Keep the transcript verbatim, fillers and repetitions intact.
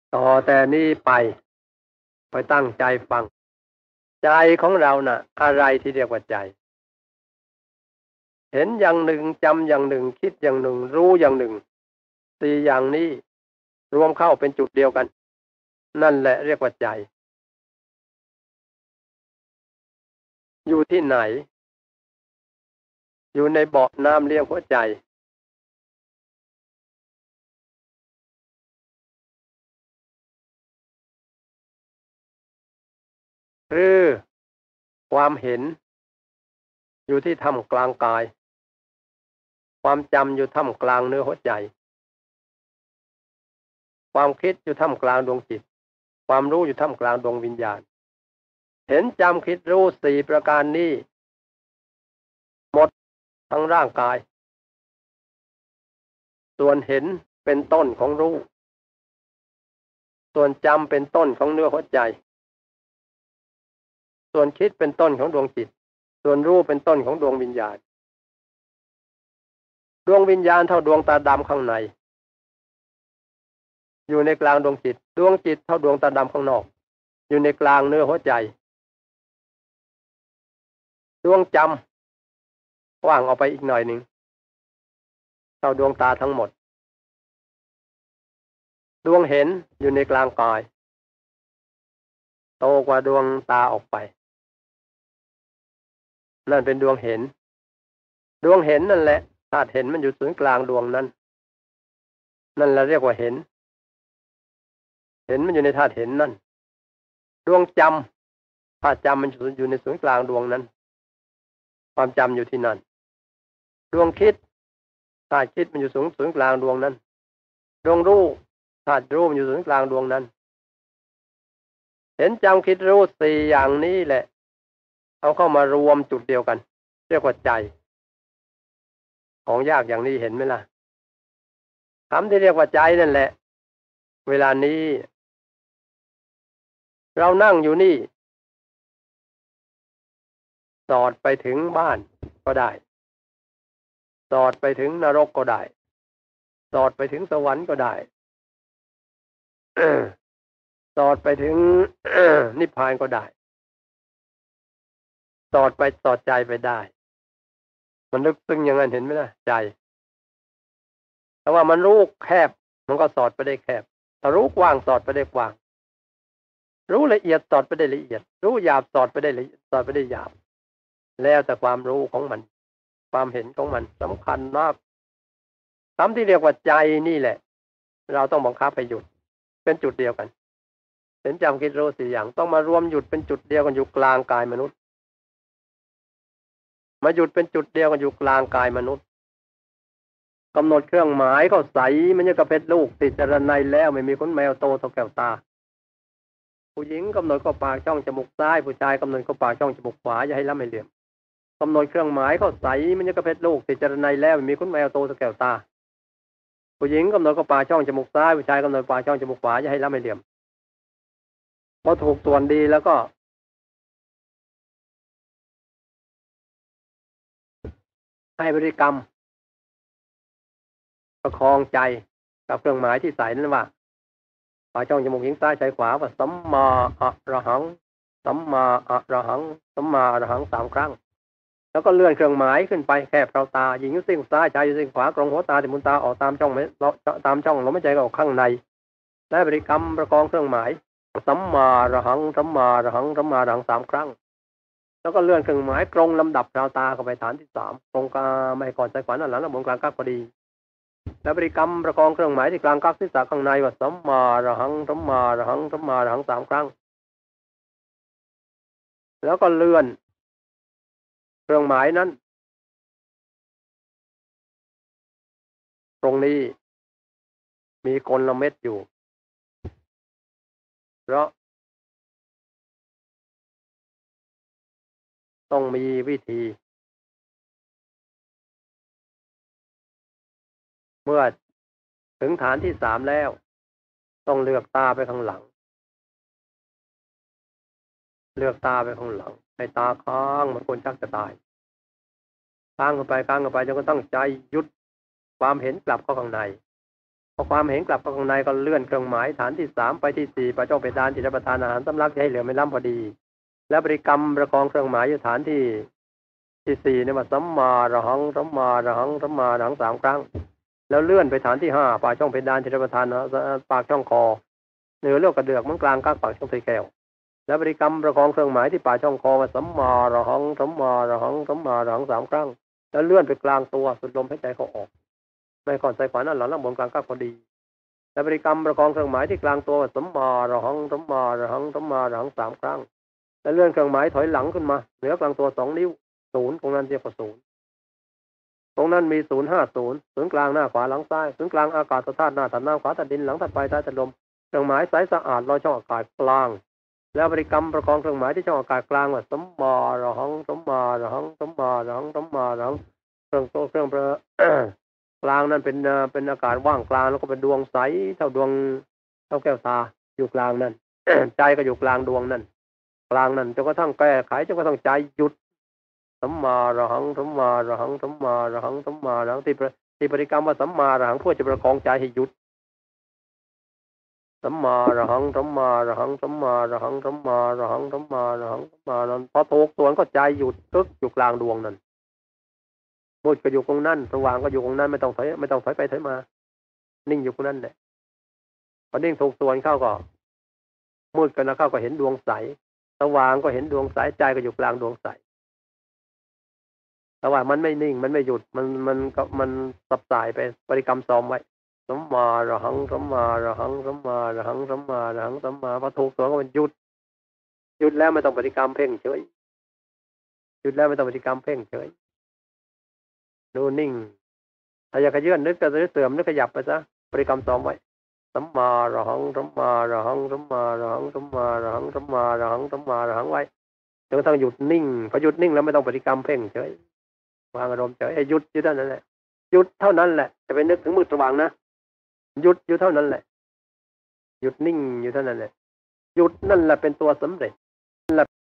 ต่อแต่นี้ไปไปตั้งใจฟังใจของเราน่ะอะไรที่เรียกว่าใจเห็นอย่างหนึ่งจำอย่างหนึ่งคิดอย่างหนึ่งรู้อย่างหนึ่งสี่อย่างนี้รวมเข้าเป็นจุดเดียวกันนั่นแหละเรียกว่าใจอยู่ที่ไหนอยู่ในเบาะน้ำเลี้ยงหัวใจหรือความเห็นอยู่ที่ท่ามกลางกายความจำอยู่ท่ามกลางเนื้อหัวใจความคิดอยู่ท่ามกลางดวงจิตความรู้อยู่ท่ามกลางดวงวิญญาณเห็นจำคิดรู้สี่ประการนี้หมดทั้งร่างกายส่วนเห็นเป็นต้นของรู้ส่วนจำเป็นต้นของเนื้อหัวใจส่วนคิดเป็นต้นของดวงจิตส่วนรู้เป็นต้นของดวงวิญญาณดวงวิญญาณเท่าดวงตาดำข้างในอยู่ในกลางดวงจิตดวงจิตเท่าดวงตาดำข้างนอกอยู่ในกลางเนื้อหัวใจดวงจำกว้างออกไปอีกหน่อยหนึ่งเท่าดวงตาทั้งหมดดวงเห็นอยู่ในกลางกายโตกว่าดวงตาออกไปนั่นเป็นดวงเห็นดวงเห็นนั่นแหละธาตุเห็นมันอยู่ศูนย์กลางดวงนั้นนั่นเราเรียกว่าเห็นเห็นมันอยู่ในธาตุเห็นนั่นดวงจำธาตุจำมันอยู่ในศูนย์กลางดวงนั้นความจำอยู่ที่นั่นดวงคิดธาตุคิดมันอยู่ศูนย์ศูนย์กลางดวงนั้นดวงรู้ธาตุรู้มันอยู่ศูนย์กลางดวงนั้นเห็นจำคิดรู้สี่อย่างนี้แหละเอาเข้ามารวมจุดเดียวกันเรียกว่าใจของยากอย่างนี้เห็นไหมล่ะคำที่เรียกว่าใจนั่นแหละเวลานี้เรานั่งอยู่นี่สอดไปถึงบ้านก็ได้สอดไปถึงนรกก็ได้สอดไปถึงสวรรค์ก็ได้สอดไปถึงนิพพานก็ได้สอดไปสอดใจไปได้มันลึกซึ้งอย่างนั้นเห็นไหมล่ะใจแต่ว่ามันรู้แคบมันก็สอดไปได้แคบถ้ารู้กว้างสอดไปได้กว้างรู้ละเอียดสอดไปได้ละเอียดรู้หยาบสอดไปได้ละเอียดสอดไปได้หยาบแล้วแต่ความรู้ของมันความเห็นของมันสำคัญมากคำที่เรียกว่าใจนี่แหละเราต้องบังคับให้หยุดเป็นจุดเดียวกันเห็นจำคิดรู้สี่อย่างต้องมารวมหยุดเป็นจุดเดียวกันอยู่กลางกายมนุษย์มาหยุดเป็นจุดเดียวกันอยู่กลางกายมนุษย์กำหนดเครื่องหมายเขาใสมันจะกระเพชรลูกติดจรนัยแล้วไม่มีขนแมวโตเท่าแก้วตาผู้หญิงกำหนดเข้าปากช่องจมูกซ้ายผู้ชายกำหนดเข้าปากช่องจมูกขวาอย่าให้ล้ำให้เหลี่ยมกำหนดเครื่องหมายเขาใสมันจะกระเพชรลูกติดจรนัยแล้วไม่มีขนแมวโตเท่าแก้วตาผู้หญิงกำหนดเข้าปากช่องจมูกซ้ายผู้ชายกำหนดปากช่องจมูกขวาอย่าให้ล้ำให้เหลี่ยมพอถูกส่วนดีแล้วก็ให้บริกรรมประคองใจกับเครื่องหมายที่ใส่นั่นว่าปากช่องจมูกหญิงซ้ายชายขวาว่าสัมมาอะระหังสัมมาอะระหังสัมมาอะระหังสามครั้งแล้วก็เลื่อนเครื่องหมายขึ้นไปแคบเท้าตาหญิงอยู่ซีกซ้ายชายอยู่ซีกขวากรงหัวตาที่มุนตาออกตามช่องตามช่องลมหายใจก็ออกข้างในและบริกรรมประคองเครื่องหมายสัมมาอะระหังสัมมาอะระหังสัมมาอะระหังสามครั้งแล้วก็เลื่อนเครื่องหมายตรงลำดับเท้าตาเข้าไปฐานที่สามตรงกลางไม่ก่อนซ้ายขวาด้านหลังและบนกลางกักพอดีและบริกรรมประคองเครื่องหมายที่กลางกักศีรษะข้างในว่าสัมมาอะระหังสัมมาอะระหังสัมมาอะระหังสามครั้งแล้วก็เลื่อนเครื่องหมายนั้นตรงนี้มีกลเม็ดอยู่เพราะต้องมีวิธีเมื่อถึงฐานที่สามแล้วต้องเลือกตาไปข้างหลังเลือกตาไปข้างหลังให้ตาค้างเหมือนคนชักจะตายค้างกันไปค้างกันไปจนกระทั่งใจหยุดความเห็นกลับเข้าข้างในพพอความเห็นกลับข้างในก็เลื่อนเครื่องหมายฐานที่สามไปที่สี่ปจ้องเพดานที่รับประทานอาหารสำลักให้เหลือไม่ล้ำพอดีแล้วบริกรรมประคองเครื่องหมายอยู่ฐานที่ที่สี่เนี่ยมาสัมมาระหังสัมมาระหังสัมมาระหังสามครั้งแล้วเลื่อนไปฐานที่ห้าปากช่องเพดานที่รับประทานปากช่องคอเหนือเลือกกระเดือกมันกลางก้างปากช่องไตแก้วแล้วบริกรรมประคองเครื่องหมายที่ปากช่องคอมาสัมมาระหังสัมมาระหังสัมมาระหังสามครั้งแล้วเลื่อนไปกลางตัวสุดลมหายใจเขาออกในก่อนใจขวานั่นหลังล่างบนกลางก้างพอดีและบริกรรมประคองเครื่องหมายที่กลางตัวสัมมาระหังสัมมาระหังสัมมาระหังสามครั้งแล้วเลื่อนเครื่องหมายถอยหลังขึ้นมาเหนือกลางตัวสองนิ้วศูนย์ตรงนั้นเรียกว่าศูนย์ตรงนั้นมีศูนย์ห้าศูนย์ศูนย์กลางหน้าขวาหลังซ้ายศูนย์กลางอากาศธาตุหน้าถัดน้ำขวาถัดดินหลังถัดไปใต้ถัดลมเครื่องหมายใสสะอาดลอยช่องอากาศกลางแล้วบริกรรมประคองเครื่องหมายที่ช่องอากาศกลางว่าสัมมาระหังสัมมาระหังสัมมาระหังสัมมาระหังเครื่องโตเครื่องประกลางนั้นเป็นเป็นอากาศว่างกลางแล้วก็เป็นดวงใสเท่าดวงเท่าแก้วตาอยู่กลางนั้น ใจก็อยู่กลางดวงนั้นกลางนั้นจนกระทั่งแก้ไขจนกระทั่งใจหยุดสัมมาระหังสัมมาระหังสัมมาระหังสัมมาระหังที่ที่บริกรรมว่าสัมมาระหังเพื่อจะประคองใจให้หยุดสัมมาระหังสัมมาระหังสัมมาระหังสัมมาระหังสัมมาระหังสัมมานั้นพอถูกส่วนก็ใจหยุดตึกอยู่กลางดวงนั้นมืดก็อยู่ตรงนั้นสว่างก็อยู่ตรงนั้นไม่ต้องถอยไม่ต้องถอยไปถอยมานิ่งอยู่ตรงนั้นแหละพอนิ่งถูกส่วนเข้าก็มืดกันนะเข้าก็เห็นดวงใสสว่างก็เห็นดวงใสใจก็อยู่กลางดวงใสแต่ว่ามันไม่นิ่งมันไม่หยุดมันมันก็มันสับสายไปบริกรรมซ้อมไว้สัมมาระหังสัมมาระหังสัมมาระหังสัมมาระหังสัมมาพอถูกส่วนก็มันหยุดหยุดแล้วไม่ต้องบริกรรมเพ่งเฉยหยุดแล้วไม่ต้องบริกรรมเพ่งเฉยดูนิ่งถ้าอยากจะเยื่อนนึกจะเสื่อมนึกขยับไปซะบริกรรมซ้อมไว้สัมมาระหังสัมมาระหังสัมมาระหังสัมมาระหังสัมมาระหังสัมมาระหังไว้จนกระทั่งหยุดนิ่งพอหยุดนิ่งแล้วไม่ต้องบริกรรมเพ่งเฉยวางอารมณ์เฉยหยุดอยู่เท่านั้นแหละหยุดเท่านั้นแหละจะไปนึกถึงมืดสว่างนะหยุดอยู่เท่านั้นแหละหยุดนิ่งอยู่เท่านั้นแหละหยุดนั่นแหละเป็นตัวสำเร็จ